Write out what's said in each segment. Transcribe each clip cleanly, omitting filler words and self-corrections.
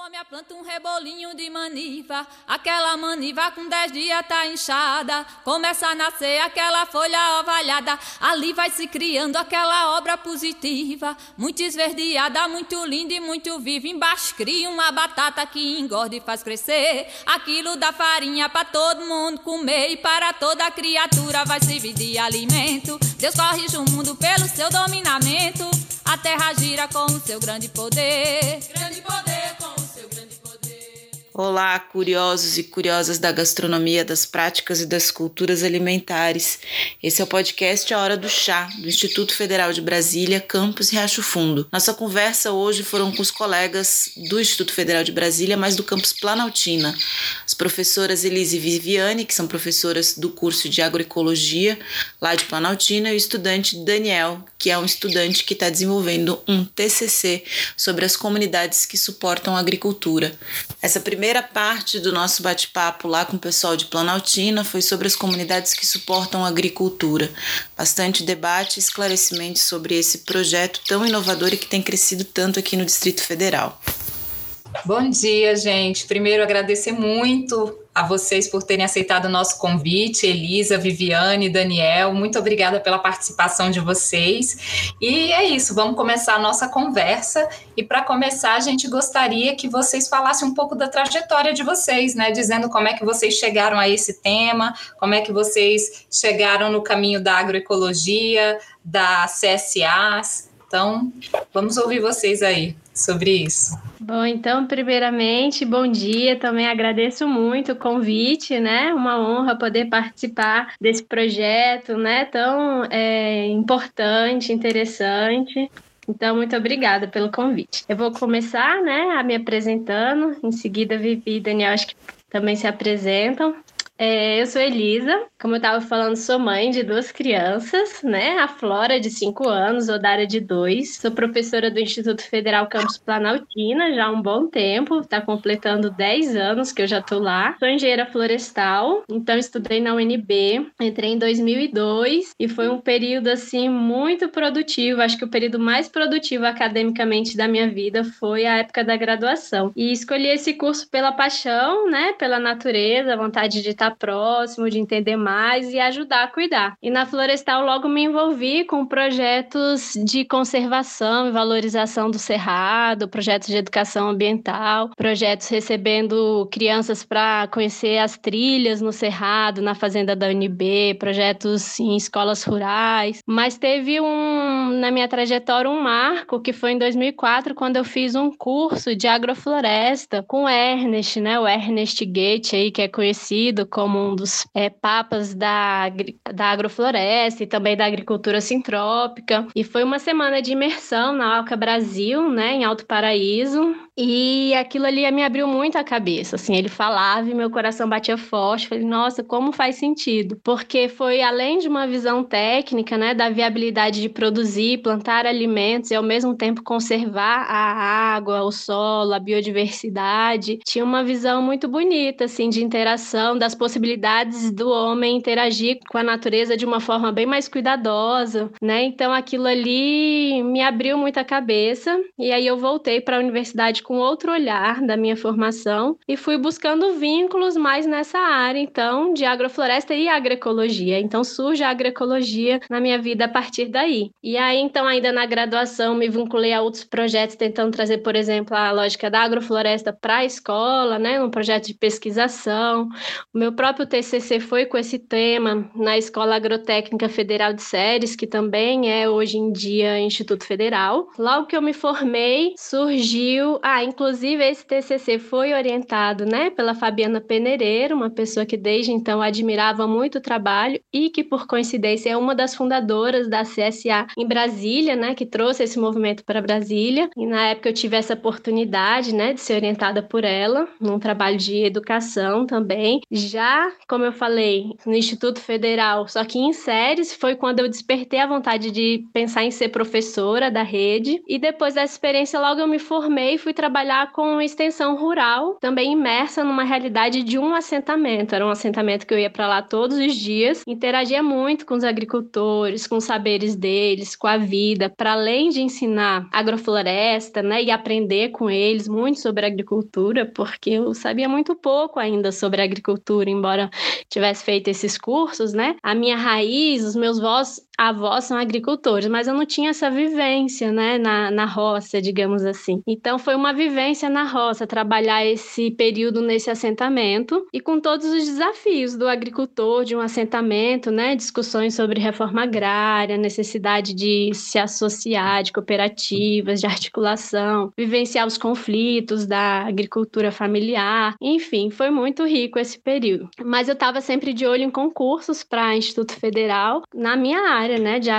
homem planta um rebolinho de maniva, aquela maniva com 10 dias tá inchada, começa a nascer aquela folha ovalhada, ali vai se criando aquela obra positiva, muito esverdeada, muito linda e muito viva, embaixo cria uma batata que engorda e faz crescer, aquilo dá farinha pra todo mundo comer e para toda criatura vai servir de alimento, Deus corrige o mundo pelo seu dominamento, a terra gira com o seu grande poder. Grande poder com o seu grande poder. Olá, curiosos e curiosas da gastronomia, das práticas e das culturas alimentares. Esse é o podcast A Hora do Chá, do Instituto Federal de Brasília, campus Riacho Fundo. Nossa conversa hoje foram com os colegas do Instituto Federal de Brasília, mas do campus Planaltina. As professoras Elise e Viviane, que são professoras do curso de agroecologia lá de Planaltina, e o estudante Daniel, que é um estudante que está desenvolvendo um TCC sobre as comunidades que suportam a agricultura. Essa primeira parte do nosso bate-papo lá com o pessoal de Planaltina foi sobre as comunidades que suportam a agricultura. Bastante debate e esclarecimento sobre esse projeto tão inovador e que tem crescido tanto aqui no Distrito Federal. Bom dia, gente. Primeiro, agradecer muito a vocês por terem aceitado o nosso convite, Elisa, Viviane, Daniel, muito obrigada pela participação de vocês. E é isso, vamos começar a nossa conversa. E para começar, a gente gostaria que vocês falassem um pouco da trajetória de vocês, né? Dizendo como é que vocês chegaram a esse tema, como é que vocês chegaram no caminho da agroecologia, da CSAs. Então, vamos ouvir vocês aí sobre isso. Bom, então, primeiramente, bom dia, também agradeço muito o convite, né, uma honra poder participar desse projeto, né, tão importante, interessante, então, muito obrigada pelo convite. Eu vou começar, né, me apresentando, em seguida, Vivi e Daniel, acho que também se apresentam. Eu sou Elisa, como eu estava falando, sou mãe de 2 crianças, né? A Flora, de 5 anos, Odara, de 2. Sou professora do Instituto Federal Campus Planaltina já há um bom tempo, está completando 10 anos que eu já estou lá. Sou engenheira florestal, então estudei na UNB, entrei em 2002 e foi um período, assim, muito produtivo. Acho que o período mais produtivo academicamente da minha vida foi a época da graduação. E escolhi esse curso pela paixão, né? Pela natureza, a vontade de estar próximo, de entender mais e ajudar a cuidar. E na Florestal logo me envolvi com projetos de conservação e valorização do cerrado, projetos de educação ambiental, projetos recebendo crianças para conhecer as trilhas no cerrado, na fazenda da UNB, projetos em escolas rurais. Mas teve na minha trajetória um marco que foi em 2004, quando eu fiz um curso de agrofloresta com o Ernest, né? O Ernest Goethe aí, que é conhecido como um dos papas da agrofloresta e também da agricultura sintrópica. E foi uma semana de imersão na Alca Brasil, né, em Alto Paraíso. E aquilo ali me abriu muito a cabeça, assim, ele falava e meu coração batia forte, falei, nossa, como faz sentido? Porque foi além de uma visão técnica, né, da viabilidade de produzir, plantar alimentos e ao mesmo tempo conservar a água, o solo, a biodiversidade, tinha uma visão muito bonita, assim, de interação, das possibilidades do homem interagir com a natureza de uma forma bem mais cuidadosa, né, então aquilo ali me abriu muito a cabeça, e aí eu voltei para a universidade com outro olhar da minha formação e fui buscando vínculos mais nessa área, então, de agrofloresta e agroecologia. Então, surge a agroecologia na minha vida a partir daí. E aí, então, ainda na graduação, me vinculei a outros projetos, tentando trazer, por exemplo, a lógica da agrofloresta para a escola, né, um projeto de pesquisação. O meu próprio TCC foi com esse tema na Escola Agrotécnica Federal de Ceres, que também é, hoje em dia, Instituto Federal. Logo que eu me formei, surgiu... inclusive esse TCC foi orientado, né, pela Fabiana Penereiro, uma pessoa que desde então admirava muito o trabalho e que, por coincidência, é uma das fundadoras da CSA em Brasília, né, que trouxe esse movimento para Brasília. E na época eu tive essa oportunidade, né, de ser orientada por ela, num trabalho de educação também. Já, como eu falei, no Instituto Federal, só que em Ceres, foi quando eu despertei a vontade de pensar em ser professora da rede. E depois dessa experiência, logo eu me formei e fui trabalhar com extensão rural, também imersa numa realidade de um assentamento. Era um assentamento que eu ia para lá todos os dias, interagia muito com os agricultores, com os saberes deles, com a vida, para além de ensinar agrofloresta, né, e aprender com eles muito sobre agricultura, porque eu sabia muito pouco ainda sobre agricultura, embora tivesse feito esses cursos, né? A minha raiz, os meus avós são agricultores, mas eu não tinha essa vivência, né, na roça, digamos assim. Então, foi uma vivência na roça, trabalhar esse período nesse assentamento e com todos os desafios do agricultor de um assentamento, né, discussões sobre reforma agrária, necessidade de se associar, de cooperativas, de articulação, vivenciar os conflitos da agricultura familiar, enfim, foi muito rico esse período. Mas eu estava sempre de olho em concursos para Instituto Federal, na minha área, né, de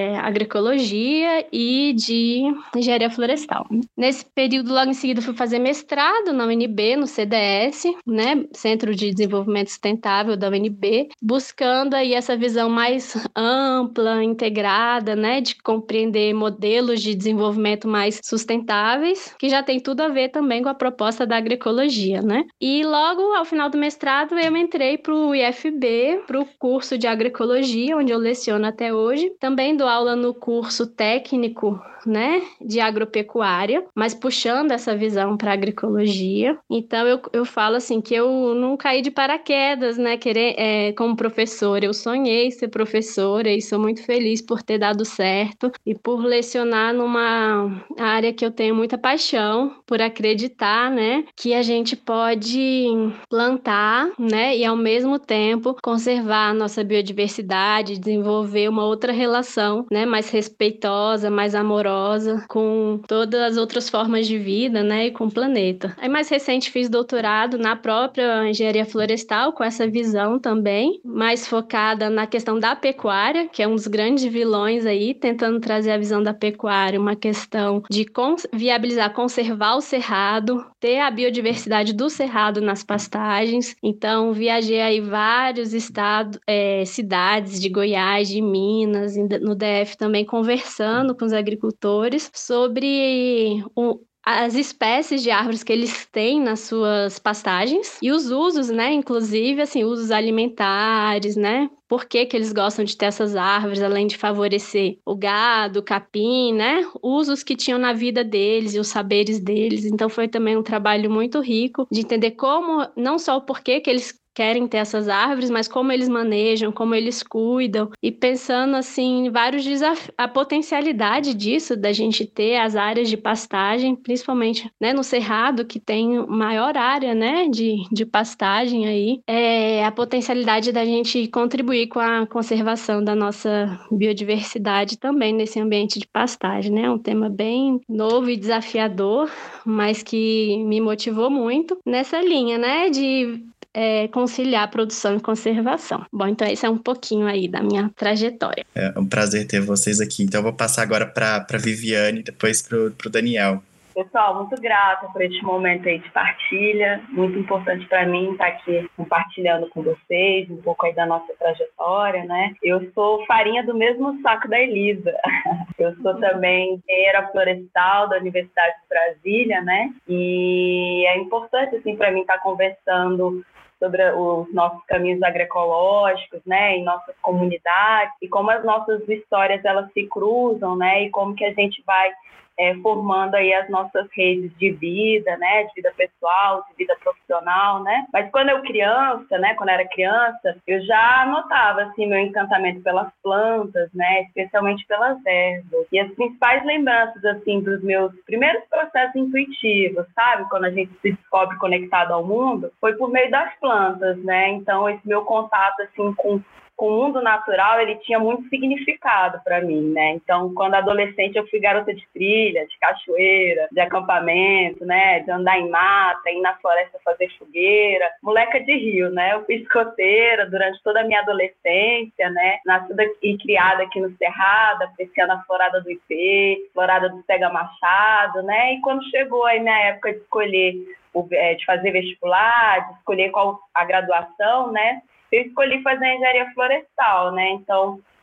agroecologia e de engenharia florestal. Nesse período, logo em seguida, fui fazer mestrado na UNB, no CDS, né, Centro de Desenvolvimento Sustentável da UNB, buscando aí essa visão mais ampla, integrada, né, de compreender modelos de desenvolvimento mais sustentáveis, que já tem tudo a ver também com a proposta da agroecologia, né? E logo ao final do mestrado, eu entrei para o IFB, para o curso de agroecologia, onde eu leciono até hoje. Também dou aula no curso técnico, né, de agropecuária, mas puxando essa visão para agroecologia. Então, eu falo assim, que eu não caí de paraquedas, né, como professora. Eu sonhei ser professora e sou muito feliz por ter dado certo e por lecionar numa área que eu tenho muita paixão, por acreditar, né, que a gente pode plantar, né, e ao mesmo tempo conservar a nossa biodiversidade, desenvolver uma outra relação, né, mais respeitosa, mais amorosa com todas as outras formas de vida, né, e com o planeta. Aí, mais recente, fiz doutorado na própria engenharia florestal, com essa visão também, mais focada na questão da pecuária, que é um dos grandes vilões aí, tentando trazer a visão da pecuária, uma questão de viabilizar, conservar o cerrado, ter a biodiversidade do cerrado nas pastagens. Então, viajei aí vários estados, cidades de Goiás, de Minas, no DF também, conversando com os agricultores sobre as espécies de árvores que eles têm nas suas pastagens e os usos, né? Inclusive, assim, usos alimentares, né? Por que eles gostam de ter essas árvores, além de favorecer o gado, o capim, né? Usos que tinham na vida deles e os saberes deles. Então, foi também um trabalho muito rico de entender como, não só o porquê que eles querem ter essas árvores, mas como eles manejam, como eles cuidam, e pensando assim em vários desafios, a potencialidade disso, da gente ter as áreas de pastagem, principalmente, né, no Cerrado, que tem maior área, né, de pastagem aí, a potencialidade da gente contribuir com a conservação da nossa biodiversidade também nesse ambiente de pastagem, né, um tema bem novo e desafiador, mas que me motivou muito nessa linha, né, de conciliar produção e conservação. Bom, então esse é um pouquinho aí da minha trajetória. É um prazer ter vocês aqui. Então eu vou passar agora para Viviane e depois para o Daniel. Pessoal, muito grata por este momento aí de partilha, muito importante para mim estar aqui compartilhando com vocês um pouco aí da nossa trajetória, né? Eu sou farinha do mesmo saco da Elisa, eu sou também engenheira florestal da Universidade de Brasília, né? E é importante, assim, para mim estar conversando sobre os nossos caminhos agroecológicos, né, em nossas comunidades, e como as nossas histórias, elas se cruzam, né, e como que a gente vai formando aí as nossas redes de vida, né, de vida pessoal, de vida profissional, né. Mas quando eu era criança, eu já notava, assim, meu encantamento pelas plantas, né, especialmente pelas ervas. E as principais lembranças, assim, dos meus primeiros processos intuitivos, sabe, quando a gente se descobre conectado ao mundo, foi por meio das plantas, né. Então, esse meu contato, assim, com o mundo natural, ele tinha muito significado para mim, né? Então, quando adolescente, eu fui garota de trilha, de cachoeira, de acampamento, né? De andar em mata, ir na floresta fazer fogueira. Moleca de rio, né? Eu fui escoteira durante toda a minha adolescência, né? Nascida e criada aqui no Cerrado, apreciando a florada do Ipê, florada do Cega Machado, né? E quando chegou aí minha época de escolher, de fazer vestibular, de escolher qual a graduação, né? Eu escolhi fazer engenharia florestal, né? Então,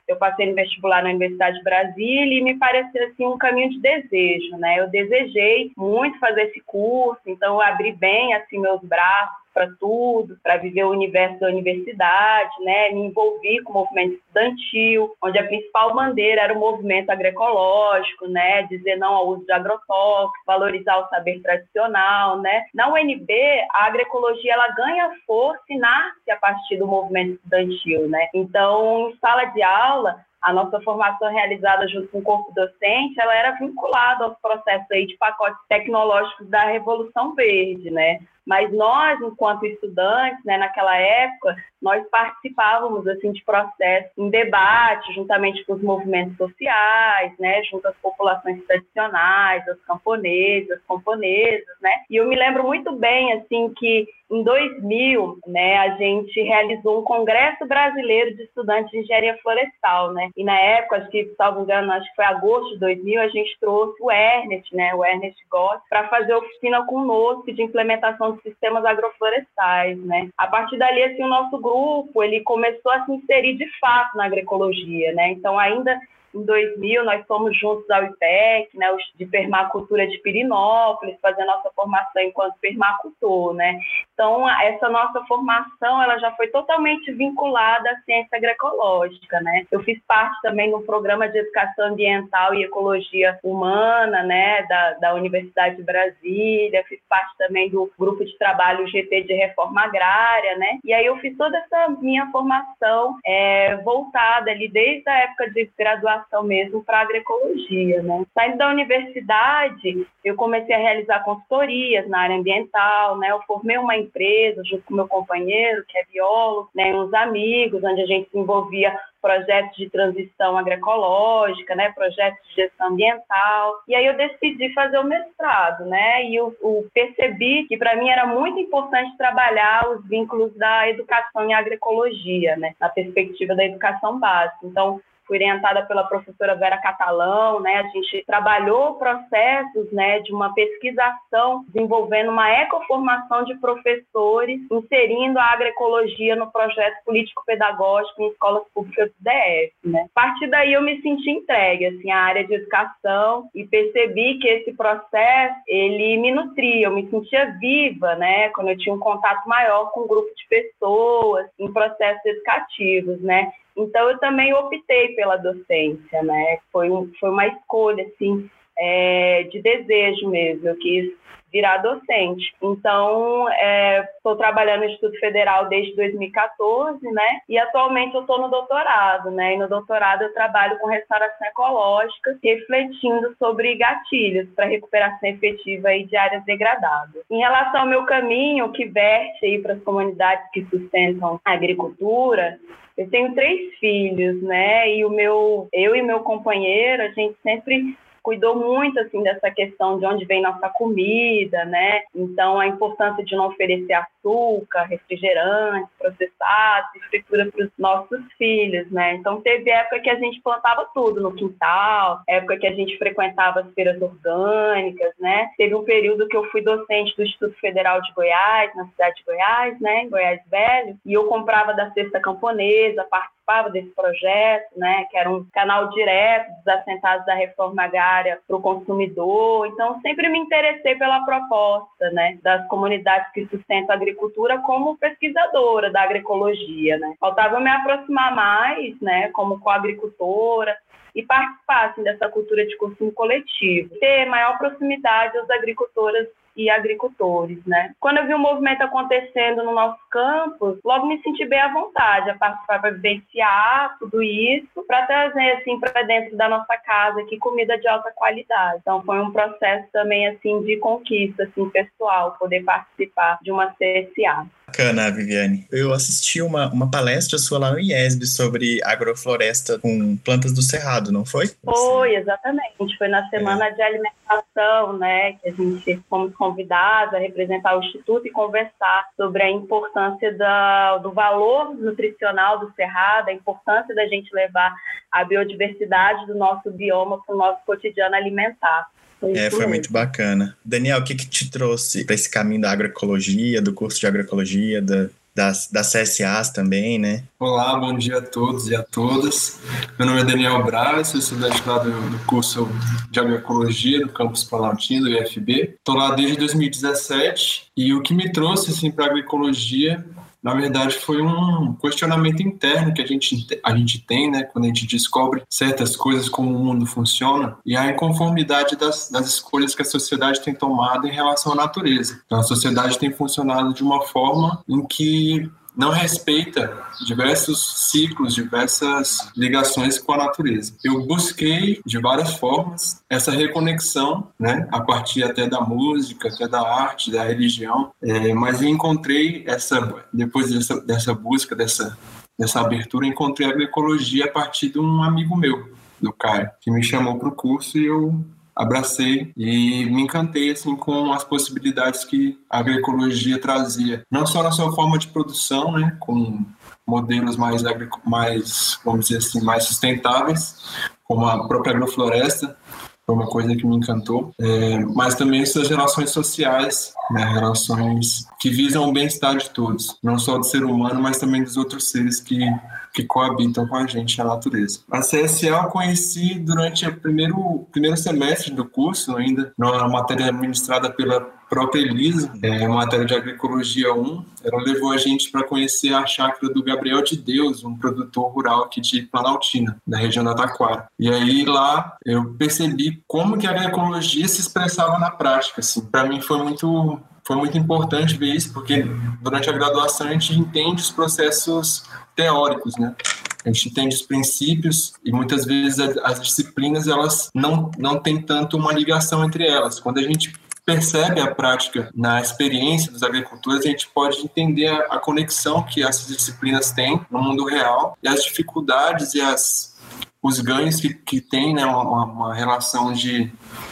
eu passei no vestibular na Universidade de Brasília e me pareceu assim um caminho de desejo, né? Eu desejei muito fazer esse curso, então eu abri bem assim meus braços para tudo, para viver o universo da universidade, né? Me envolvi com o movimento estudantil, onde a principal bandeira era o movimento agroecológico, né? Dizer não ao uso de agrotóxicos, valorizar o saber tradicional, né? Na UNB, a agroecologia ela ganha força e nasce a partir do movimento estudantil, né? Então, em sala de aula, a nossa formação realizada junto com o corpo docente, ela era vinculada aos processos aí de pacotes tecnológicos da Revolução Verde, né? Mas nós, enquanto estudantes, né, naquela época, nós participávamos assim, de processos em debate, juntamente com os movimentos sociais, né, junto às populações tradicionais, aos camponeses, às camponesas, né? E eu me lembro muito bem assim, que em 2000, né, a gente realizou um Congresso Brasileiro de Estudantes de Engenharia Florestal, né? E na época, acho que, salvo engano, acho que foi agosto de 2000, a gente trouxe o Ernest, né, o Ernest Goss, para fazer oficina conosco de implementação de sistemas agroflorestais, né? A partir dali, assim, o nosso grupo, ele começou a se inserir de fato na agroecologia, né? Então, ainda em 2000, nós fomos juntos ao IPEC, né, de permacultura de Pirinópolis, fazendo nossa formação enquanto permacultor, né? Então, essa nossa formação, ela já foi totalmente vinculada à ciência agroecológica, né? Eu fiz parte também do programa de educação ambiental e ecologia humana, né, da Universidade de Brasília, fiz parte também do grupo de trabalho GT de reforma agrária, né? E aí eu fiz toda essa minha formação voltada ali desde a época de graduação mesmo para agroecologia, né? Saindo da universidade, eu comecei a realizar consultorias na área ambiental, né? Eu formei uma empresa junto com meu companheiro, que é biólogo, né? Uns amigos, onde a gente se envolvia projetos de transição agroecológica, né, projetos de gestão ambiental. E aí eu decidi fazer o mestrado, né, e eu percebi que para mim era muito importante trabalhar os vínculos da educação em agroecologia, né, na perspectiva da educação básica. Então, fui orientada pela professora Vera Catalão, né? A gente trabalhou processos, né, de uma pesquisação desenvolvendo uma ecoformação de professores, inserindo a agroecologia no projeto político-pedagógico em escolas públicas do DF, né? A partir daí eu me senti entregue assim, à área de educação e percebi que esse processo, ele me nutria, eu me sentia viva, né, quando eu tinha um contato maior com um grupo de pessoas em processos educativos, né? Então, eu também optei pela docência, né? Foi uma escolha, assim, de desejo mesmo. Eu quis virar docente. Então, estou trabalhando no Instituto Federal desde 2014, né? E atualmente eu estou no doutorado, né? E no doutorado eu trabalho com restauração ecológica, refletindo sobre gatilhos para recuperação efetiva aí de áreas degradadas. Em relação ao meu caminho, que verte aí para as comunidades que sustentam a agricultura, eu tenho 3 filhos, né? E eu e meu companheiro, a gente sempre cuidou muito assim dessa questão de onde vem nossa comida, né? Então a importância de não oferecer açúcar, refrigerantes, processados, e fritura para os nossos filhos, né? Então teve época que a gente plantava tudo no quintal, época que a gente frequentava as feiras orgânicas, né? Teve um período que eu fui docente do Instituto Federal de Goiás, na cidade de Goiás, né? Em Goiás Velho, e eu comprava da cesta camponesa, participava desse projeto, né? Que era um canal direto dos assentados da reforma agrária para o consumidor. Então, sempre me interessei pela proposta, né, das comunidades que sustentam a agricultura como pesquisadora da agroecologia, né. Faltava me aproximar mais, né, como coagricultora e participar assim, dessa cultura de consumo coletivo, ter maior proximidade às agricultoras e agricultores, né? Quando eu vi o movimento acontecendo no nosso campus, logo me senti bem à vontade a participar para vivenciar tudo isso, para trazer assim para dentro da nossa casa aqui comida de alta qualidade. Então foi um processo também assim de conquista assim pessoal, poder participar de uma CSA. Bacana, Viviane. Eu assisti uma palestra sua lá no IESB sobre agrofloresta com plantas do Cerrado, não foi? Foi, exatamente. Foi na Semana de Alimentação, né, que a gente fomos convidados a representar o Instituto e conversar sobre a importância do valor nutricional do Cerrado, a importância da gente levar a biodiversidade do nosso bioma para o nosso cotidiano alimentar. Foi muito bacana. Daniel, o que te trouxe para esse caminho da agroecologia, do curso de agroecologia, das CSAs também, né? Olá, bom dia a todos e a todas. Meu nome é Daniel Braz, sou estudante lá do curso de agroecologia do campus Planaltino, do IFB. Estou lá desde 2017 e o que me trouxe assim, para a agroecologia, na verdade, foi um questionamento interno que a gente tem, né, quando a gente descobre certas coisas, como o mundo funciona, e a inconformidade das escolhas que a sociedade tem tomado em relação à natureza. Então, a sociedade tem funcionado de uma forma em que não respeita diversos ciclos, diversas ligações com a natureza. Eu busquei, de várias formas, essa reconexão, né, a partir até da música, até da arte, da religião, mas encontrei, depois dessa busca, dessa abertura, encontrei a agroecologia a partir de um amigo meu, do Caio, que me chamou para o curso e eu abracei e me encantei assim, com as possibilidades que a agroecologia trazia, não só na sua forma de produção, né, com modelos mais, vamos dizer assim, mais sustentáveis, como a própria agrofloresta, foi uma coisa que me encantou, mas também suas relações sociais, né, relações que visam o bem-estar de todos, não só do ser humano, mas também dos outros seres que coabitam com a gente na natureza. A CSA eu conheci durante o primeiro semestre do curso, ainda numa matéria administrada pela própria Elisa, matéria de agroecologia 1. Ela levou a gente para conhecer a chácara do Gabriel de Deus, um produtor rural aqui de Planaltina, da região da Taquara. E aí lá eu percebi como que a agroecologia se expressava na prática. Assim. Para mim foi muito importante ver isso, porque durante a graduação a gente entende os processos teóricos, né? A gente entende os princípios e muitas vezes as disciplinas elas não têm tanto uma ligação entre elas. Quando a gente percebe a prática na experiência dos agricultores, a gente pode entender a conexão que essas disciplinas têm no mundo real e as dificuldades e os ganhos que tem, né, uma relação de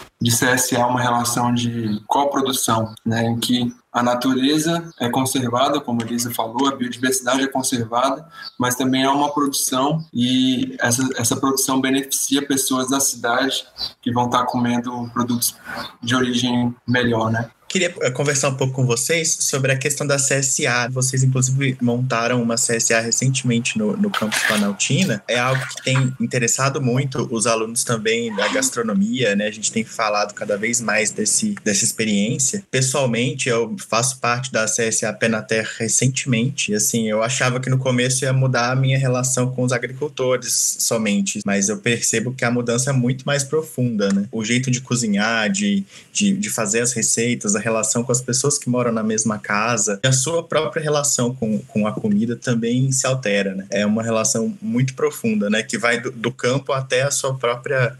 CSA, uma relação de coprodução, né, em que a natureza é conservada, como a Elisa falou, a biodiversidade é conservada, mas também há uma produção e essa produção beneficia pessoas da cidade que vão estar comendo produtos de origem melhor, né? Queria conversar um pouco com vocês sobre a questão da CSA. Vocês, inclusive, montaram uma CSA recentemente no campus Planaltina. É algo que tem interessado muito os alunos também da gastronomia, né? A gente tem falado cada vez mais dessa experiência. Pessoalmente, eu faço parte da CSA Pé na Terra recentemente. Assim, eu achava que no começo ia mudar a minha relação com os agricultores somente, mas eu percebo que a mudança é muito mais profunda, né? O jeito de cozinhar, de fazer as receitas, a relação com as pessoas que moram na mesma casa, e a sua própria relação com a comida também se altera, né? É uma relação muito profunda, né? Que vai do campo até a sua própria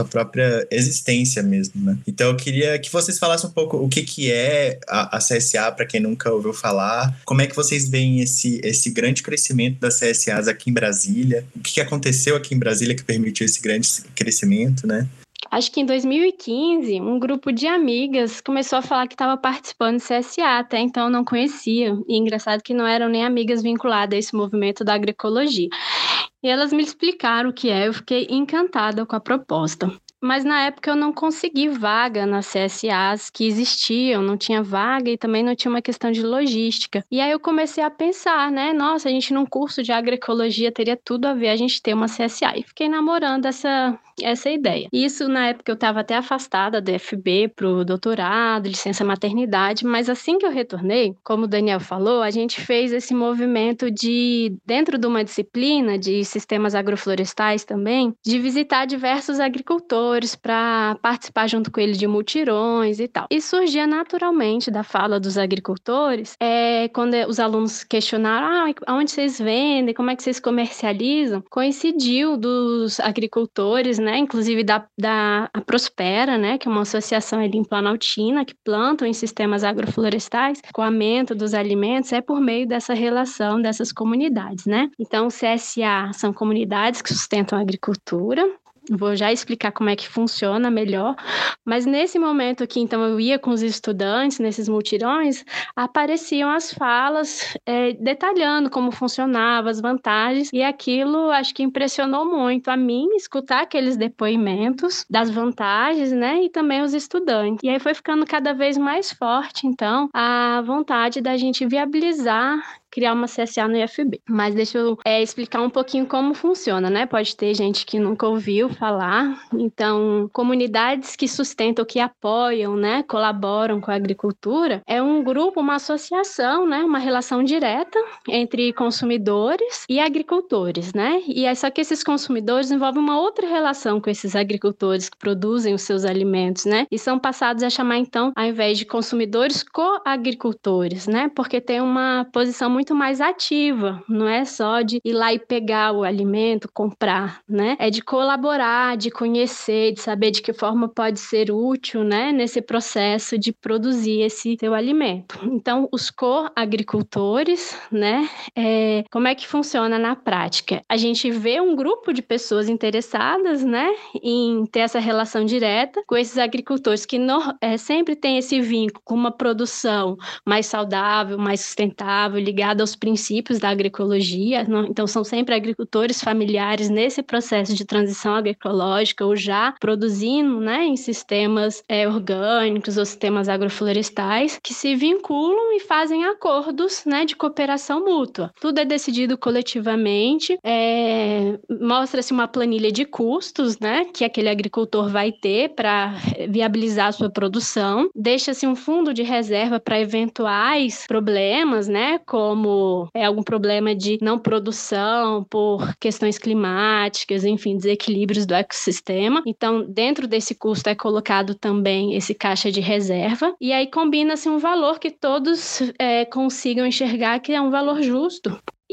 existência mesmo, né? Então eu queria que vocês falassem um pouco o que é a CSA, para quem nunca ouviu falar, como é que vocês veem esse grande crescimento das CSAs aqui em Brasília, o que aconteceu aqui em Brasília que permitiu esse grande crescimento, né? Acho que em 2015, um grupo de amigas começou a falar que estava participando do CSA, até então eu não conhecia. E engraçado que não eram nem amigas vinculadas a esse movimento da agroecologia. E elas me explicaram o que é, eu fiquei encantada com a proposta. Mas na época eu não consegui vaga nas CSAs que existiam, não tinha vaga e também não tinha uma questão de logística. E aí eu comecei a pensar, né? Nossa, a gente num curso de agroecologia teria tudo a ver a gente ter uma CSA. E fiquei namorando essa ideia. Isso na época eu estava até afastada do FB pro doutorado, licença maternidade, mas assim que eu retornei, como o Daniel falou, a gente fez esse movimento dentro de uma disciplina de sistemas agroflorestais também, de visitar diversos agricultores para participar junto com eles de mutirões e tal. E surgia naturalmente da fala dos agricultores, quando os alunos questionaram, aonde vocês vendem, como é que vocês comercializam, coincidiu dos agricultores, né, inclusive da Prospera, né, que é uma associação ali em Planaltina, que plantam em sistemas agroflorestais, escoamento dos alimentos é por meio dessa relação dessas comunidades, né? Então, o CSA são comunidades que sustentam a agricultura. Vou já explicar como é que funciona melhor, mas nesse momento aqui, então, eu ia com os estudantes, nesses mutirões, apareciam as falas detalhando como funcionava, as vantagens, e aquilo acho que impressionou muito a mim, escutar aqueles depoimentos das vantagens, né, e também os estudantes. E aí foi ficando cada vez mais forte, então, a vontade da gente viabilizar criar uma CSA no IFB. Mas deixa eu explicar um pouquinho como funciona, né? Pode ter gente que nunca ouviu falar. Então, comunidades que sustentam, que apoiam, né, colaboram com a agricultura, é um grupo, uma associação, né, uma relação direta entre consumidores e agricultores, né? E é só que esses consumidores envolvem uma outra relação com esses agricultores que produzem os seus alimentos, né? E são passados a chamar, então, ao invés de consumidores, coagricultores, né? Porque tem uma posição muito mais ativa, não é só de ir lá e pegar o alimento, comprar, né? É de colaborar, de conhecer, de saber de que forma pode ser útil, né? Nesse processo de produzir esse seu alimento. Então, os coagricultores, né? Como é que funciona na prática? A gente vê um grupo de pessoas interessadas, né? Em ter essa relação direta com esses agricultores que sempre tem esse vínculo com uma produção mais saudável, mais sustentável, ligada aos princípios da agroecologia. Então, são sempre agricultores familiares nesse processo de transição agroecológica ou já produzindo, né, em sistemas orgânicos ou sistemas agroflorestais que se vinculam e fazem acordos, né, de cooperação mútua. Tudo é decidido coletivamente, mostra-se uma planilha de custos, né, que aquele agricultor vai ter para viabilizar a sua produção, deixa-se um fundo de reserva para eventuais problemas, né, como algum problema de não produção por questões climáticas, enfim, desequilíbrios do ecossistema. Então, dentro desse custo é colocado também esse caixa de reserva, e aí combina-se um valor que todos consigam enxergar que é um valor justo.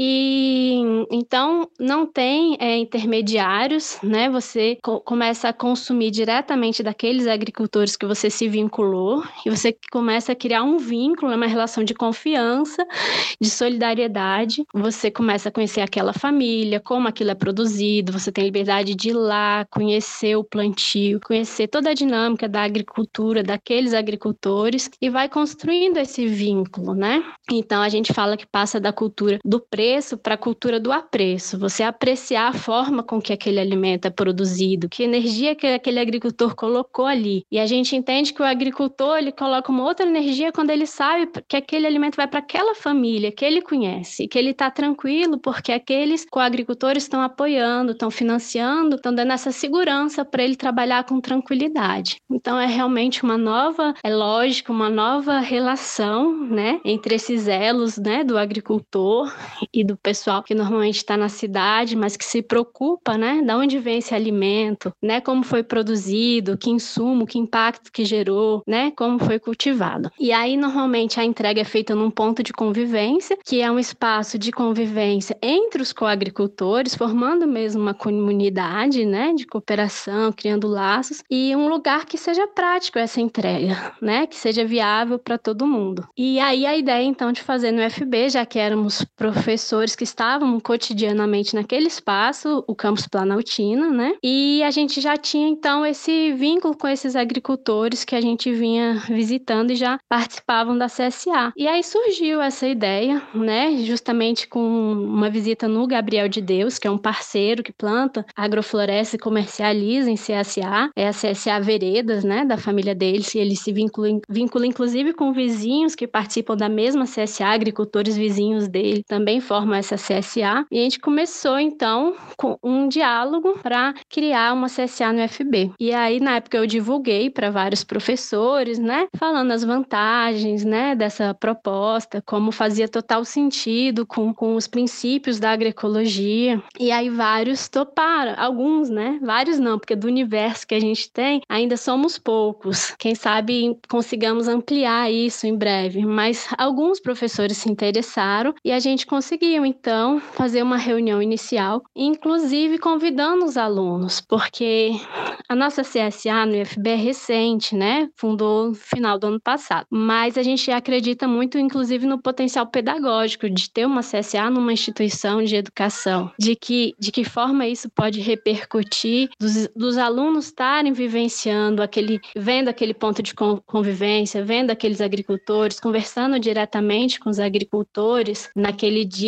E então não tem intermediários, né? Você começa a consumir diretamente daqueles agricultores que você se vinculou e você começa a criar um vínculo, uma relação de confiança, de solidariedade. Você começa a conhecer aquela família, como aquilo é produzido, você tem liberdade de ir lá, conhecer o plantio, conhecer toda a dinâmica da agricultura, daqueles agricultores e vai construindo esse vínculo, né? Então a gente fala que passa da cultura do preço para a cultura do apreço, você apreciar a forma com que aquele alimento é produzido, que energia que aquele agricultor colocou ali. E a gente entende que o agricultor, ele coloca uma outra energia quando ele sabe que aquele alimento vai para aquela família que ele conhece, que ele está tranquilo porque aqueles coagricultores estão apoiando, estão financiando, estão dando essa segurança para ele trabalhar com tranquilidade. Então é realmente uma nova lógica, uma nova relação, né, entre esses elos, né, do agricultor e do pessoal que normalmente está na cidade, mas que se preocupa, né, de onde vem esse alimento, né, como foi produzido, que insumo, que impacto que gerou, né, como foi cultivado. E aí, normalmente, a entrega é feita num ponto de convivência, que é um espaço de convivência entre os coagricultores, formando mesmo uma comunidade, né, de cooperação, criando laços, e um lugar que seja prático essa entrega, né, que seja viável para todo mundo. E aí, a ideia, então, de fazer no IFB, já que éramos professores que estavam cotidianamente naquele espaço, o Campus Planaltina, né? E a gente já tinha, então, esse vínculo com esses agricultores que a gente vinha visitando e já participavam da CSA. E aí surgiu essa ideia, né? Justamente com uma visita no Gabriel de Deus, que é um parceiro que planta, agrofloresta e comercializa em CSA. É a CSA Veredas, né? Da família deles. E ele se vincula inclusive com vizinhos que participam da mesma CSA, agricultores vizinhos dele também formam essa CSA, e a gente começou, então, com um diálogo para criar uma CSA no IFB. E aí, na época, eu divulguei para vários professores, né, falando as vantagens, né, dessa proposta, como fazia total sentido com os princípios da agroecologia, e aí vários toparam, alguns, né, vários não, porque do universo que a gente tem, ainda somos poucos. Quem sabe consigamos ampliar isso em breve, mas alguns professores se interessaram e a gente conseguiu, então, fazer uma reunião inicial, inclusive convidando os alunos, porque a nossa CSA no IFB é recente, né? Fundou no final do ano passado, mas a gente acredita muito, inclusive, no potencial pedagógico de ter uma CSA numa instituição de educação, de que forma isso pode repercutir, dos alunos estarem vivenciando vendo aquele ponto de convivência, vendo aqueles agricultores, conversando diretamente com os agricultores naquele dia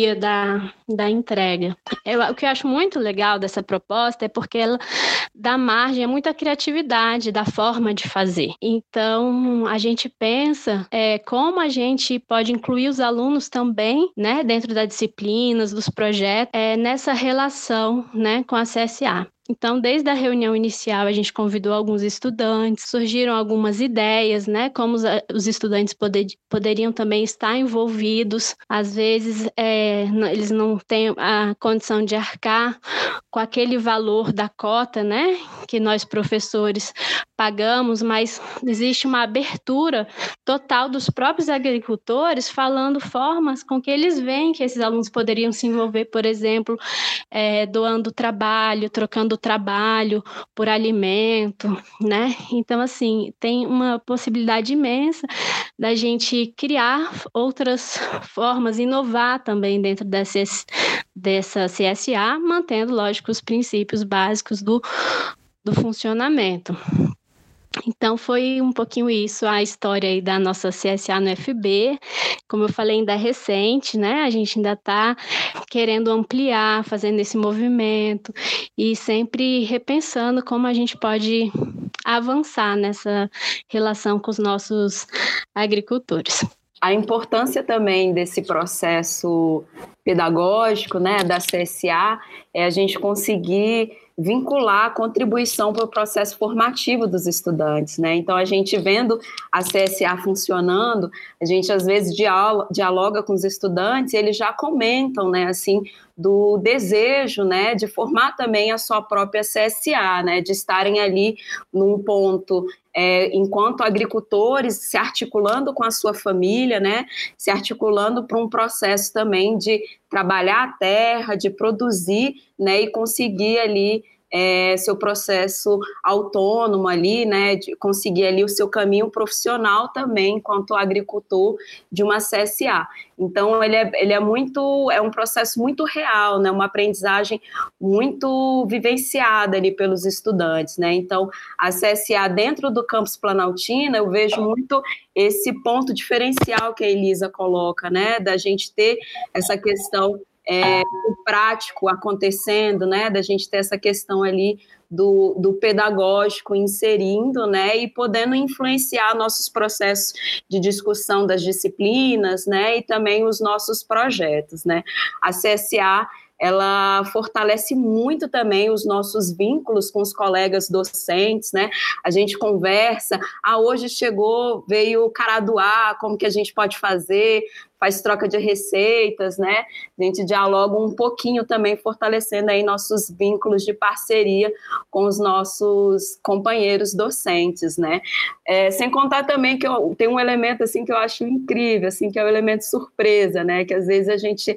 dia da entrega. O que eu acho muito legal dessa proposta é porque ela dá margem a muita criatividade da forma de fazer. Então, a gente pensa como a gente pode incluir os alunos também, né, dentro das disciplinas, dos projetos, nessa relação, né, com a CSA. Então, desde a reunião inicial, a gente convidou alguns estudantes, surgiram algumas ideias, né? Como os estudantes poderiam também estar envolvidos. Às vezes, eles não têm a condição de arcar com aquele valor da cota, né? Que nós, professores, pagamos, mas existe uma abertura total dos próprios agricultores falando formas com que eles veem que esses alunos poderiam se envolver, por exemplo, doando trabalho, trocando trabalho por alimento, né? Então, assim, tem uma possibilidade imensa da gente criar outras formas, inovar também dentro dessa CSA, mantendo, lógico, os princípios básicos do funcionamento. Então, foi um pouquinho isso, a história aí da nossa CSA no FB. Como eu falei, ainda é recente, né? A gente ainda está querendo ampliar, fazendo esse movimento e sempre repensando como a gente pode avançar nessa relação com os nossos agricultores. A importância também desse processo pedagógico, né, da CSA, é a gente conseguir vincular a contribuição para o processo formativo dos estudantes, né? Então, a gente vendo a CSA funcionando, a gente às vezes dialoga com os estudantes e eles já comentam, né, assim, do desejo, né, de formar também a sua própria CSA, né, de estarem ali num ponto, enquanto agricultores, se articulando com a sua família, né, se articulando para um processo também de trabalhar a terra, de produzir, né, e conseguir ali seu processo autônomo ali, né, de conseguir ali o seu caminho profissional também enquanto agricultor de uma CSA. Então, ele é um processo muito real, né, uma aprendizagem muito vivenciada ali pelos estudantes, né. Então, a CSA dentro do campus Planaltina, eu vejo muito esse ponto diferencial que a Elisa coloca, né, da gente ter essa questão o prático acontecendo, né, da gente ter essa questão ali do pedagógico inserindo, né, e podendo influenciar nossos processos de discussão das disciplinas, né, e também os nossos projetos, né. A CSA, ela fortalece muito também os nossos vínculos com os colegas docentes, né? A gente conversa, hoje veio o Caraduá, como que a gente pode fazer, faz troca de receitas, né? A gente dialoga um pouquinho também, fortalecendo aí nossos vínculos de parceria com os nossos companheiros docentes, né? Sem contar também que tem um elemento, assim, que eu acho incrível, assim, que é o elemento surpresa, né? Que às vezes a gente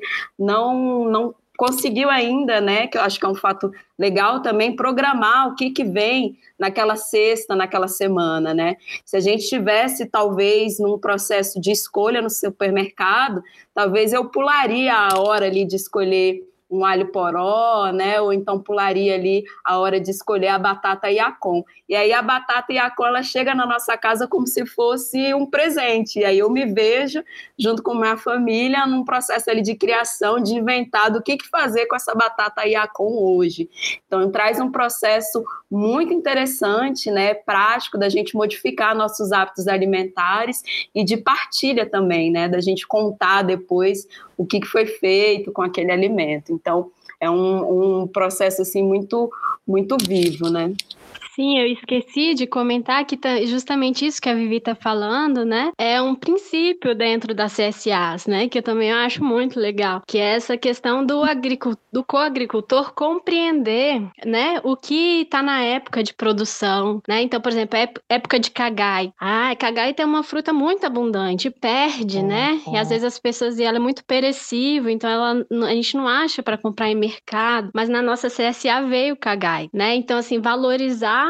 não conseguiu ainda, né, que eu acho que é um fato legal também, programar o que vem naquela sexta, naquela semana, né? Se a gente tivesse, talvez, num processo de escolha no supermercado, talvez eu pularia a hora ali de escolher um alho poró, né? Ou então pularia ali a hora de escolher a batata Yacon. E aí a batata Yacon, ela chega na nossa casa como se fosse um presente. E aí eu me vejo, junto com minha família, num processo ali de criação, de inventar do que fazer com essa batata Yacon hoje. Então, traz um processo muito interessante, né? Prático, da gente modificar nossos hábitos alimentares e de partilha também, né? Da gente contar depois o que foi feito com aquele alimento. Então, é um processo, assim, muito, muito vivo, né? Sim, eu esqueci de comentar que justamente isso que a Vivi está falando, né? É um princípio dentro das CSAs, né? Que eu também acho muito legal, que é essa questão do coagricultor compreender, né? O que está na época de produção, né? Então, por exemplo, época de cagai. Cagai tem uma fruta muito abundante, perde, né? E às vezes as pessoas dizem, ela é muito perecível, então a gente não acha para comprar em mercado, mas na nossa CSA veio o cagai, né? Então, assim, valorizar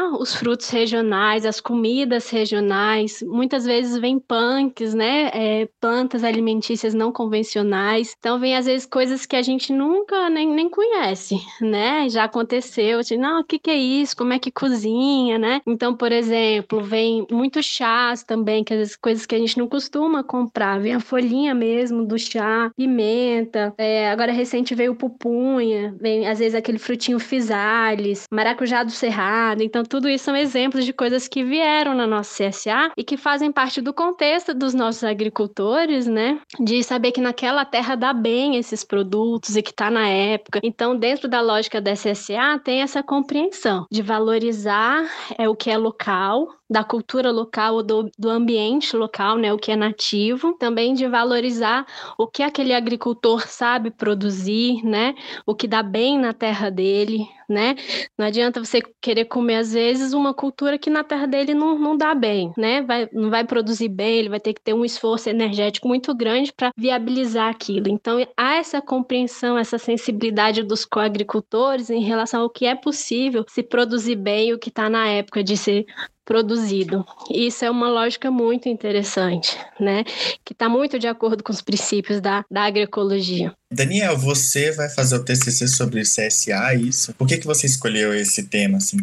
valorizar os frutos regionais, as comidas regionais. Muitas vezes vem punks, né? Plantas alimentícias não convencionais. Então vem às vezes coisas que a gente nunca nem conhece, né? Já aconteceu, assim, não, o que é isso? Como é que cozinha, né? Então, por exemplo, vem muitos chás também, que às vezes coisas que a gente não costuma comprar. Vem a folhinha mesmo do chá, pimenta. Agora recente veio o pupunha, vem às vezes aquele frutinho physalis, maracujá do cerrado. Então, tudo isso são exemplos de coisas que vieram na nossa CSA e que fazem parte do contexto dos nossos agricultores, né? De saber que naquela terra dá bem esses produtos e que está na época. Então, dentro da lógica da CSA, tem essa compreensão de valorizar o que é local, da cultura local ou do ambiente local, né, o que é nativo, também de valorizar o que aquele agricultor sabe produzir, né, o que dá bem na terra dele, né, não adianta você querer comer às vezes uma cultura que na terra dele não dá bem, né, não vai produzir bem, ele vai ter que ter um esforço energético muito grande para viabilizar aquilo. Então, há essa compreensão, essa sensibilidade dos coagricultores em relação ao que é possível se produzir bem, o que está na época de ser produzido. Isso é uma lógica muito interessante, né? Que está muito de acordo com os princípios da agroecologia. Daniel, você vai fazer o TCC sobre CSA, isso? Por que você escolheu esse tema, assim?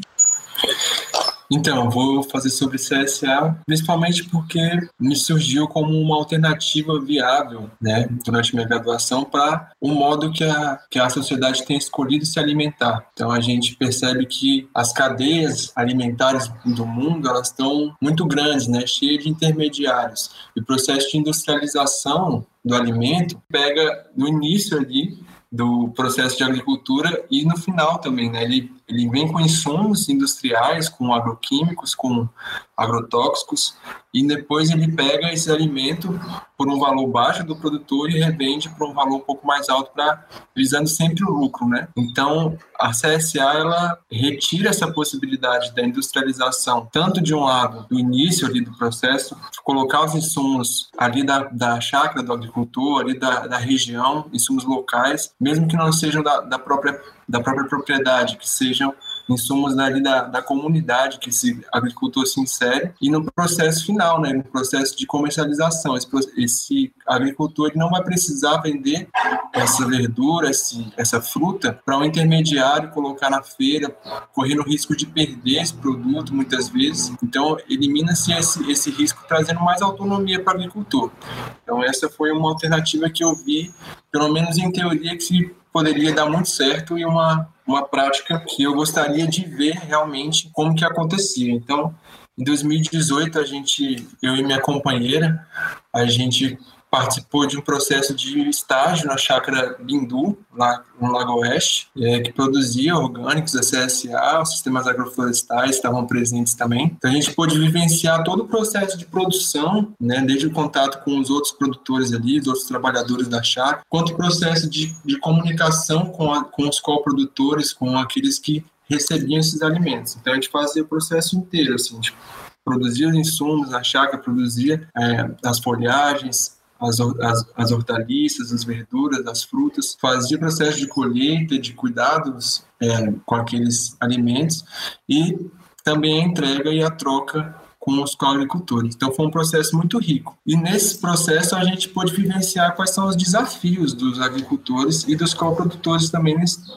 Então, vou fazer sobre CSA, principalmente porque me surgiu como uma alternativa viável, né, durante minha graduação, para o modo que a sociedade tem escolhido se alimentar. Então, a gente percebe que as cadeias alimentares do mundo, elas estão muito grandes, né, cheias de intermediários. E o processo de industrialização do alimento pega no início ali do processo de agricultura e no final também, né? Ele vem com insumos industriais, com agroquímicos, com agrotóxicos, e depois ele pega esse alimento por um valor baixo do produtor e revende por um valor um pouco mais alto, visando sempre o lucro, né? Então, a CSA, ela retira essa possibilidade da industrialização, tanto de um lado, do início ali do processo, colocar os insumos ali da chácara do agricultor, ali da região, insumos locais, mesmo que não sejam da própria propriedade, que sejam insumos dali da comunidade que esse agricultor se insere, e no processo final, né, no processo de comercialização, esse agricultor ele não vai precisar vender essa verdura, essa fruta para um intermediário colocar na feira, correndo o risco de perder esse produto muitas vezes. Então elimina-se esse risco, trazendo mais autonomia para o agricultor. Então essa foi uma alternativa que eu vi, pelo menos em teoria, que poderia dar muito certo e uma prática que eu gostaria de ver realmente como que acontecia. Então, em 2018, eu e minha companheira, a gente participou de um processo de estágio na chácara Bindu, lá no Lago Oeste, que produzia orgânicos da CSA, os sistemas agroflorestais estavam presentes também. Então a gente pôde vivenciar todo o processo de produção, né, desde o contato com os outros produtores ali, os outros trabalhadores da chácara, quanto o processo de comunicação com os coprodutores, com aqueles que recebiam esses alimentos. Então a gente fazia o processo inteiro, assim, tipo, produzia os insumos, a chácara produzia as folhagens, as hortaliças, as verduras, as frutas, fazia o processo de colheita, de cuidados com aqueles alimentos e também a entrega e a troca com os coagricultores. Então foi um processo muito rico. E nesse processo a gente pôde vivenciar quais são os desafios dos agricultores e dos coprodutores também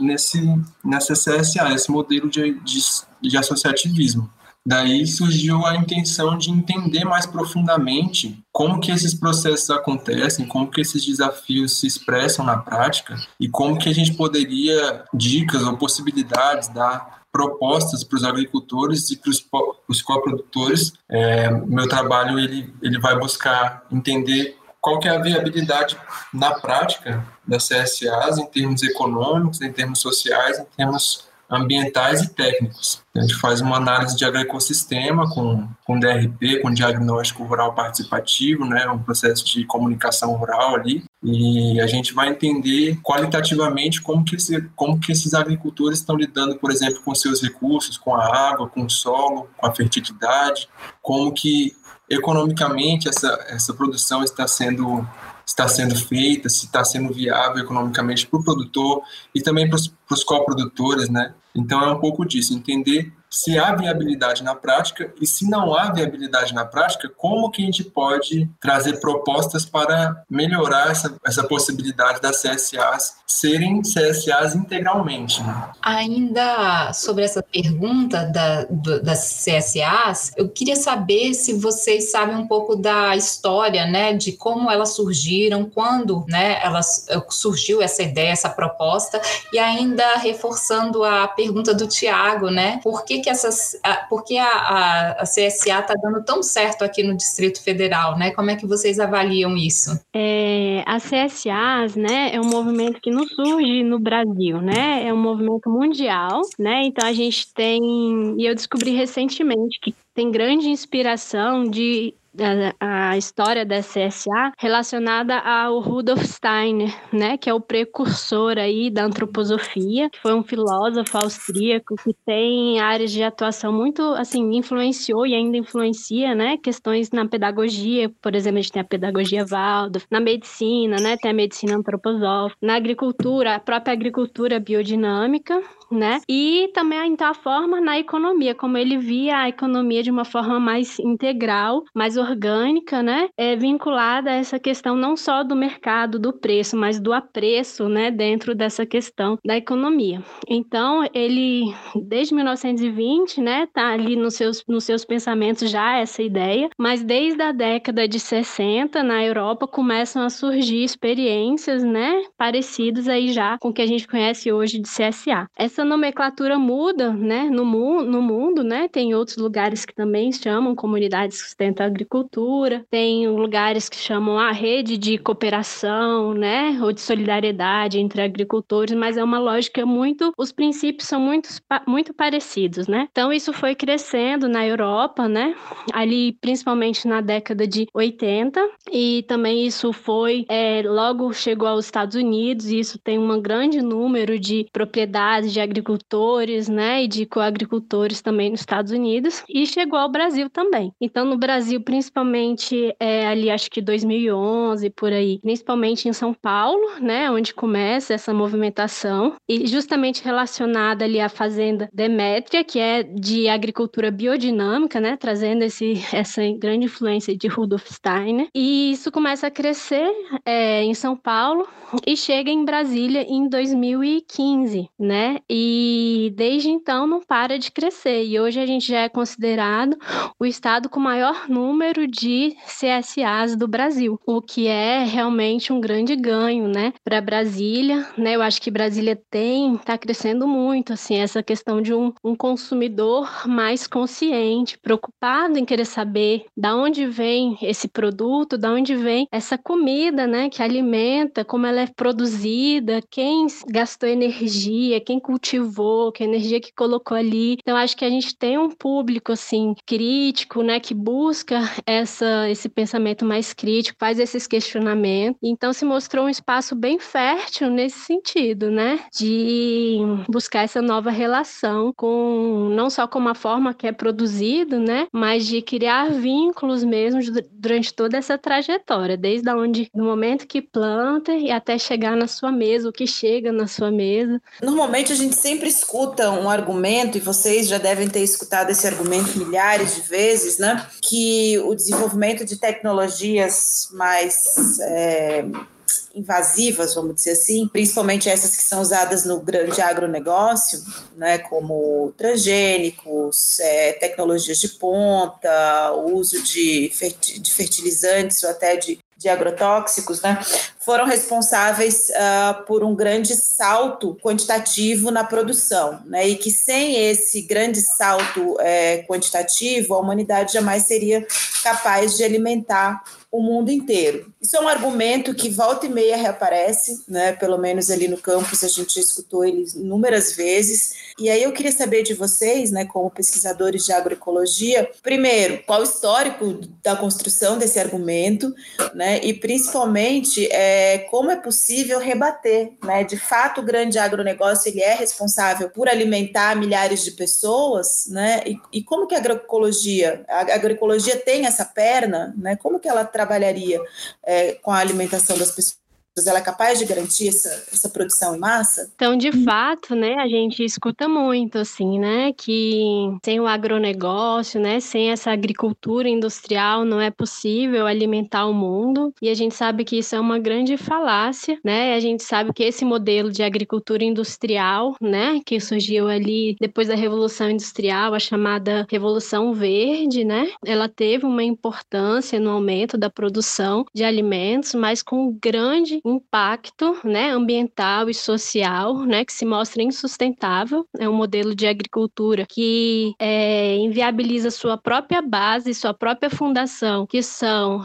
nessa CSA, esse modelo de associativismo. Daí surgiu a intenção de entender mais profundamente como que esses processos acontecem, como que esses desafios se expressam na prática e como que a gente poderia, dicas ou possibilidades, dar propostas para os agricultores e para os coprodutores. Meu trabalho ele vai buscar entender qual que é a viabilidade na prática das CSAs em termos econômicos, em termos sociais, em termos ambientais e técnicos. A gente faz uma análise de agroecossistema com DRP, com diagnóstico rural participativo, né, um processo de comunicação rural ali, e a gente vai entender qualitativamente como que esses agricultores estão lidando, por exemplo, com seus recursos, com a água, com o solo, com a fertilidade, como que economicamente essa produção está sendo feita, se está sendo viável economicamente para o produtor e também para os coprodutores, né? Então é um pouco disso, entender se há viabilidade na prática, e se não há viabilidade na prática, como que a gente pode trazer propostas para melhorar essa possibilidade das CSAs serem CSAs integralmente, né? Ainda sobre essa pergunta das CSAs, eu queria saber se vocês sabem um pouco da história, né, de como elas surgiram, quando, né, surgiu essa ideia, essa proposta, e ainda reforçando a pergunta do Tiago, né, por que a CSA está dando tão certo aqui no Distrito Federal, né? Como é que vocês avaliam isso? As CSAs, né, é um movimento que não surge no Brasil, né? É um movimento mundial, né? Então a gente tem, e eu descobri recentemente que tem grande inspiração a história da CSA relacionada ao Rudolf Steiner, né, que é o precursor aí da antroposofia, que foi um filósofo austríaco que tem áreas de atuação muito, assim, influenciou e ainda influencia, né, questões na pedagogia, por exemplo, a gente tem a pedagogia Waldorf, na medicina, né, tem a medicina antroposófica, na agricultura, a própria agricultura biodinâmica, né, e também então a forma na economia, como ele via a economia de uma forma mais integral, mais orgânica, né, vinculada a essa questão não só do mercado, do preço, mas do apreço, né, dentro dessa questão da economia. Então, ele, desde 1920, né, tá ali nos seus pensamentos já essa ideia, mas desde a década de 60, na Europa, começam a surgir experiências, né, parecidas aí já com o que a gente conhece hoje de CSA. Essa nomenclatura muda, né, no mundo, né, tem outros lugares que também chamam comunidades que sustentam a agricultura, tem lugares que chamam a rede de cooperação, né, ou de solidariedade entre agricultores, mas é uma lógica os princípios são muito parecidos, né? Então isso foi crescendo na Europa, né, ali principalmente na década de 80, e também isso foi, logo chegou aos Estados Unidos, e isso tem um grande número de propriedades de agricultores, né, e de coagricultores também nos Estados Unidos, e chegou ao Brasil também. Então, no Brasil, principalmente ali, acho que 2011, por aí, principalmente em São Paulo, né, onde começa essa movimentação, e justamente relacionada ali à fazenda Demétria, que é de agricultura biodinâmica, né, trazendo essa grande influência de Rudolf Steiner, e isso começa a crescer em São Paulo e chega em Brasília em 2015, né, e desde então não para de crescer, e hoje a gente já é considerado o estado com maior número de CSAs do Brasil, o que é realmente um grande ganho, né, para Brasília, né? Eu acho que Brasília está crescendo muito, assim, essa questão de um consumidor mais consciente, preocupado em querer saber da onde vem esse produto, da onde vem essa comida, né, que alimenta, como ela é produzida, quem gastou energia, quem cultivou, que energia que colocou ali. Então, acho que a gente tem um público, assim, crítico, né, que busca esse pensamento mais crítico, faz esses questionamentos. Então, se mostrou um espaço bem fértil nesse sentido, né, de buscar essa nova relação não só com a forma que é produzido, né, mas de criar vínculos mesmo durante toda essa trajetória, desde do momento que planta e até chegar na sua mesa, o que chega na sua mesa. Normalmente a gente sempre escuta um argumento, e vocês já devem ter escutado esse argumento milhares de vezes, né? Que o desenvolvimento de tecnologias mais invasivas, vamos dizer assim, principalmente essas que são usadas no grande agronegócio, né, como transgênicos, tecnologias de ponta, o uso de fertilizantes ou até de agrotóxicos, né, foram responsáveis por um grande salto quantitativo na produção, né, e que sem esse grande salto quantitativo, a humanidade jamais seria capaz de alimentar o mundo inteiro. Isso é um argumento que volta e meia reaparece, né, pelo menos ali no campus a gente já escutou ele inúmeras vezes, e aí eu queria saber de vocês, né, como pesquisadores de agroecologia, primeiro, qual o histórico da construção desse argumento, né, e principalmente como é possível rebater, né, de fato o grande agronegócio ele é responsável por alimentar milhares de pessoas, né, e como que a agroecologia tem essa perna, né, como que ela trabalharia com a alimentação das pessoas? ela é capaz de garantir essa produção em massa? Então, de fato, né, a gente escuta muito, assim, né, que sem o agronegócio, né, sem essa agricultura industrial não é possível alimentar o mundo, e a gente sabe que isso é uma grande falácia, né, a gente sabe que esse modelo de agricultura industrial, né, que surgiu ali depois da Revolução Industrial, a chamada Revolução Verde, né, ela teve uma importância no aumento da produção de alimentos, mas com grande impacto, né, ambiental e social, né, que se mostra insustentável. É um modelo de agricultura que inviabiliza sua própria base, sua própria fundação, que são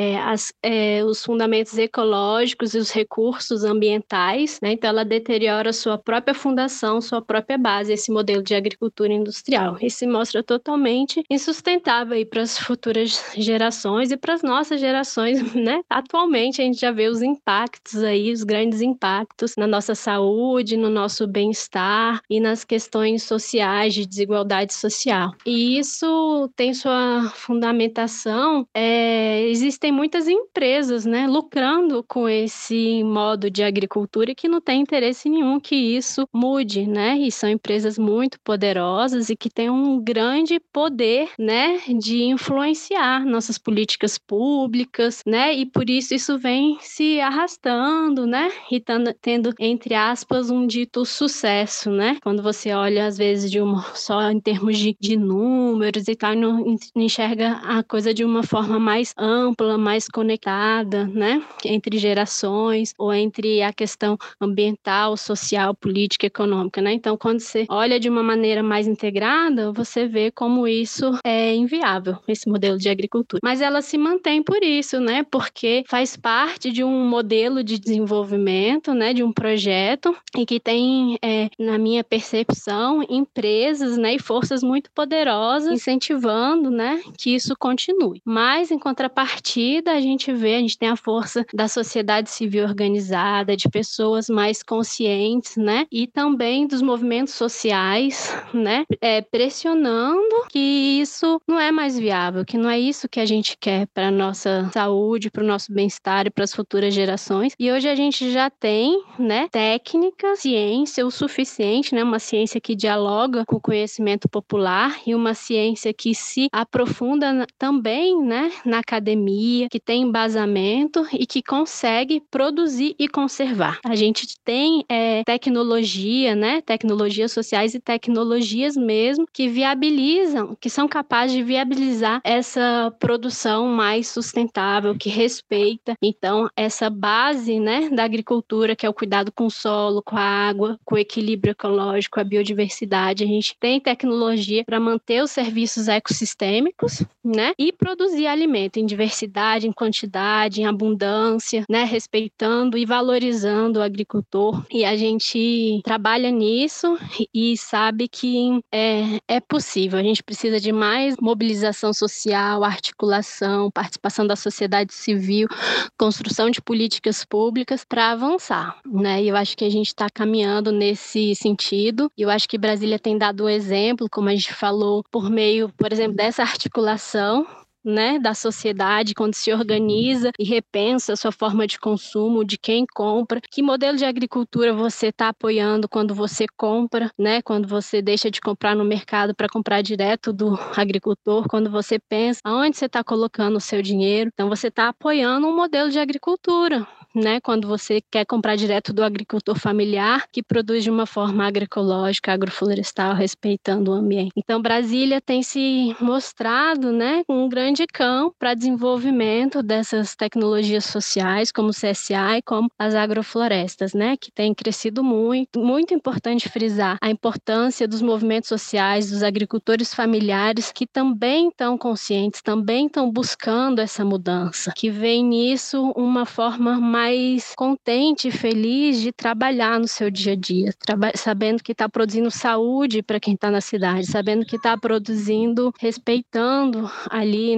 os fundamentos ecológicos e os recursos ambientais, né? Então ela deteriora sua própria fundação, sua própria base, esse modelo de agricultura industrial. E se mostra totalmente insustentável aí para as futuras gerações e para as nossas gerações, né? Atualmente a gente já vê os impactos aí, os grandes impactos na nossa saúde, no nosso bem-estar e nas questões sociais de desigualdade social. E isso tem sua fundamentação, existem muitas empresas, né, lucrando com esse modo de agricultura e que não tem interesse nenhum que isso mude, né? E são empresas muito poderosas e que têm um grande poder, né, de influenciar nossas políticas públicas, né? E por isso vem se arrastando, né? E tendo, entre aspas, um dito sucesso, né? Quando você olha, às vezes, só em termos de números e tal, não enxerga a coisa de uma forma mais ampla, mais conectada, né? Entre gerações ou entre a questão ambiental, social, política, econômica, né? Então, quando você olha de uma maneira mais integrada, você vê como isso é inviável, esse modelo de agricultura. Mas ela se mantém por isso, né? Porque faz parte de um modelo de desenvolvimento, né? De um projeto e que tem, na minha percepção, empresas, né? E forças muito poderosas incentivando, né? Que isso continue. Mas, em contrapartida, a gente tem a força da sociedade civil organizada, de pessoas mais conscientes, né? E também dos movimentos sociais, né? Pressionando que isso não é mais viável, que não é isso que a gente quer para a nossa saúde, para o nosso bem-estar e para as futuras gerações. E hoje a gente já tem, né, técnica, ciência o suficiente, né? Uma ciência que dialoga com o conhecimento popular e uma ciência que se aprofunda também, né, na academia, que tem embasamento e que consegue produzir e conservar. A gente tem tecnologia, né? Tecnologias sociais e tecnologias mesmo que viabilizam, que são capazes de viabilizar essa produção mais sustentável, que respeita, então, essa base, né, da agricultura, que é o cuidado com o solo, com a água, com o equilíbrio ecológico, a biodiversidade. A gente tem tecnologia para manter os serviços ecossistêmicos, né, e produzir alimento em diversidade, em quantidade, em abundância, né, respeitando e valorizando o agricultor. E a gente trabalha nisso e sabe que é possível. A gente precisa de mais mobilização social, articulação, participação da sociedade civil, construção de políticas públicas para avançar, né? E eu acho que a gente está caminhando nesse sentido. E eu acho que Brasília tem dado um exemplo, como a gente falou, por meio, por exemplo, dessa articulação, né, da sociedade, quando se organiza e repensa a sua forma de consumo, de quem compra, que modelo de agricultura você está apoiando quando você compra, né, quando você deixa de comprar no mercado para comprar direto do agricultor, quando você pensa aonde você está colocando o seu dinheiro. Então você está apoiando um modelo de agricultura, né, quando você quer comprar direto do agricultor familiar, que produz de uma forma agroecológica, agroflorestal, respeitando o ambiente. Então Brasília tem se mostrado, né, um grande campo para desenvolvimento dessas tecnologias sociais, como o CSA e como as agroflorestas, né, que tem crescido muito. Muito importante frisar a importância dos movimentos sociais, dos agricultores familiares, que também estão conscientes, também estão buscando essa mudança, que vem nisso uma forma mais contente e feliz de trabalhar no seu dia a dia, sabendo que está produzindo saúde para quem está na cidade, sabendo que está produzindo, respeitando ali,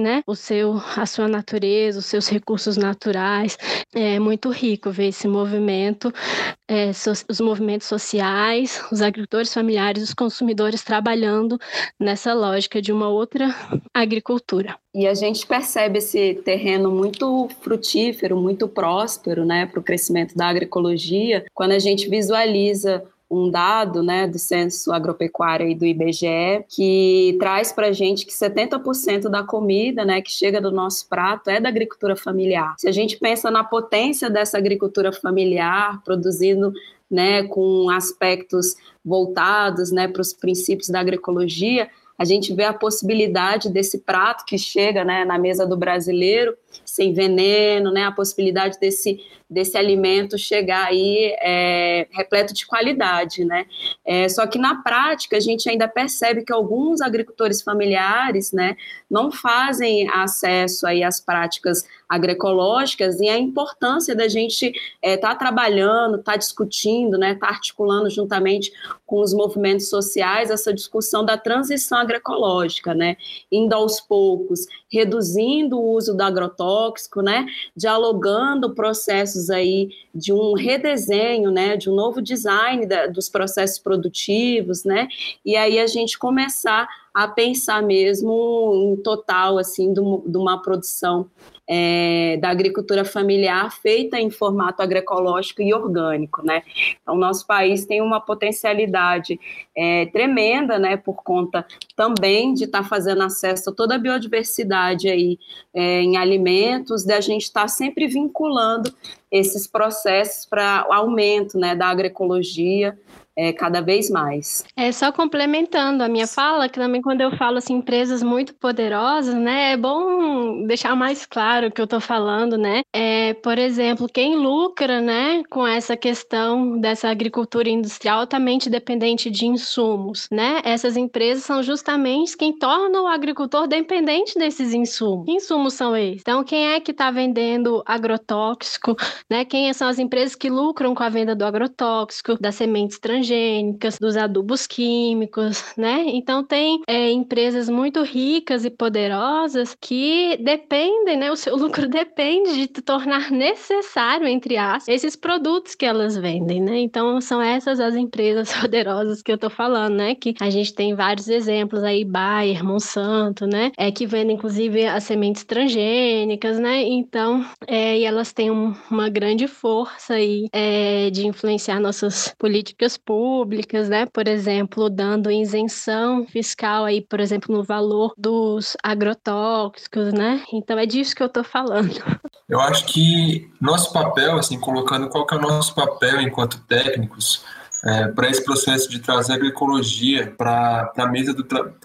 né, a sua natureza, os seus recursos naturais. É muito rico ver esse movimento, os movimentos sociais, os agricultores familiares, os consumidores trabalhando nessa lógica de uma outra agricultura. E a gente percebe esse terreno muito frutífero, muito próspero, né, para o crescimento da agroecologia, quando a gente visualiza um dado, né, do Censo Agropecuário e do IBGE, que traz para a gente que 70% da comida, né, que chega do nosso prato é da agricultura familiar. Se a gente pensa na potência dessa agricultura familiar, produzindo, né, com aspectos voltados, né, para os princípios da agroecologia, a gente vê a possibilidade desse prato que chega, né, na mesa do brasileiro, sem veneno, né, a possibilidade desse alimento chegar aí repleto de qualidade, né? Só que na prática a gente ainda percebe que alguns agricultores familiares, né, não fazem acesso aí às práticas agroecológicas, e a importância da gente estar trabalhando, estar discutindo, né, estar articulando juntamente com os movimentos sociais essa discussão da transição agroecológica, né, indo aos poucos, reduzindo o uso do agrotóxico, né, dialogando processos aí de um redesenho, né, de um novo design dos processos produtivos, né, e aí a gente começar a pensar mesmo em total, assim, de uma produção da agricultura familiar feita em formato agroecológico e orgânico, né? Então, nosso país tem uma potencialidade tremenda, né, por conta também de estar fazendo acesso a toda a biodiversidade aí, em alimentos, da gente estar sempre vinculando esses processos para o aumento, né, da agroecologia, cada vez mais. Só complementando a minha fala, que também quando eu falo assim, empresas muito poderosas, né, é bom deixar mais claro o que eu estou falando, né, por exemplo, quem lucra, né, com essa questão dessa agricultura industrial altamente dependente de insumos, né, essas empresas são justamente quem torna o agricultor dependente desses insumos. Que insumos são esses? Então, quem é que está vendendo agrotóxico, né, quem são as empresas que lucram com a venda do agrotóxico, das sementes transgênicas, dos adubos químicos, né? Então tem empresas muito ricas e poderosas que dependem, né? O seu lucro depende de tornar necessário, entre aspas, esses produtos que elas vendem, né? Então são essas as empresas poderosas que eu tô falando, né? Que a gente tem vários exemplos aí, Bayer, Monsanto, né? Que vendem inclusive as sementes transgênicas, né? Então, e elas têm uma grande força aí de influenciar nossas políticas públicas, né? Por exemplo, dando isenção fiscal aí, por exemplo, no valor dos agrotóxicos, né? Então é disso que eu tô falando. Eu acho que nosso papel, assim, colocando qual que é o nosso papel enquanto técnicos para esse processo de trazer agroecologia para a mesa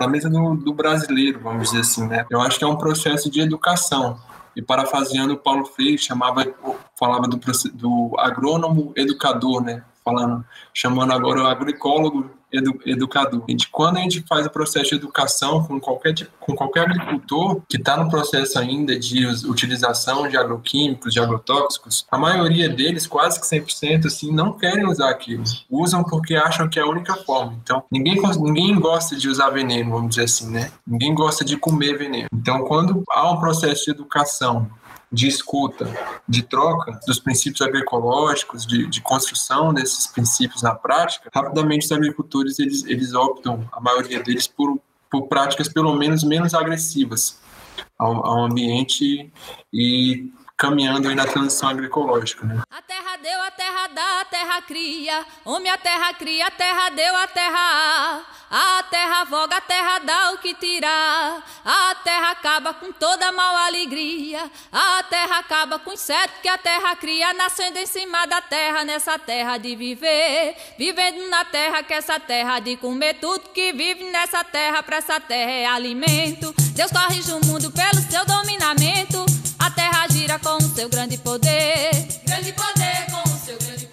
do brasileiro, vamos dizer assim, né? Eu acho que é um processo de educação. E parafraseando o Paulo Freire, falava do agrônomo educador, né? Chamando agora o agroecólogo educador. Quando a gente faz o processo de educação com qualquer agricultor que está no processo ainda de utilização de agroquímicos, de agrotóxicos, a maioria deles, quase que 100%, assim, não querem usar aquilo. Usam porque acham que é a única forma. Então, ninguém gosta de usar veneno, vamos dizer assim, né? Ninguém gosta de comer veneno. Então, quando há um processo de educação, de escuta, de troca dos princípios agroecológicos, de construção desses princípios na prática, rapidamente os agricultores eles optam, a maioria deles, por práticas pelo menos agressivas ao ambiente e caminhando aí na transição agroecológica, né? A terra deu, a terra dá, a terra cria. Homem, a terra cria, a terra deu, a terra há. A terra voga, a terra dá o que tirar. A terra acaba com toda mal alegria. A terra acaba com o inseto que a terra cria, nascendo em cima da terra, nessa terra de viver. Vivendo na terra, que essa terra de comer. Tudo que vive nessa terra, pra essa terra é alimento. Deus corrige o mundo pelo seu dominamento. A terra gira com o seu grande poder. Grande poder com o seu grande poder.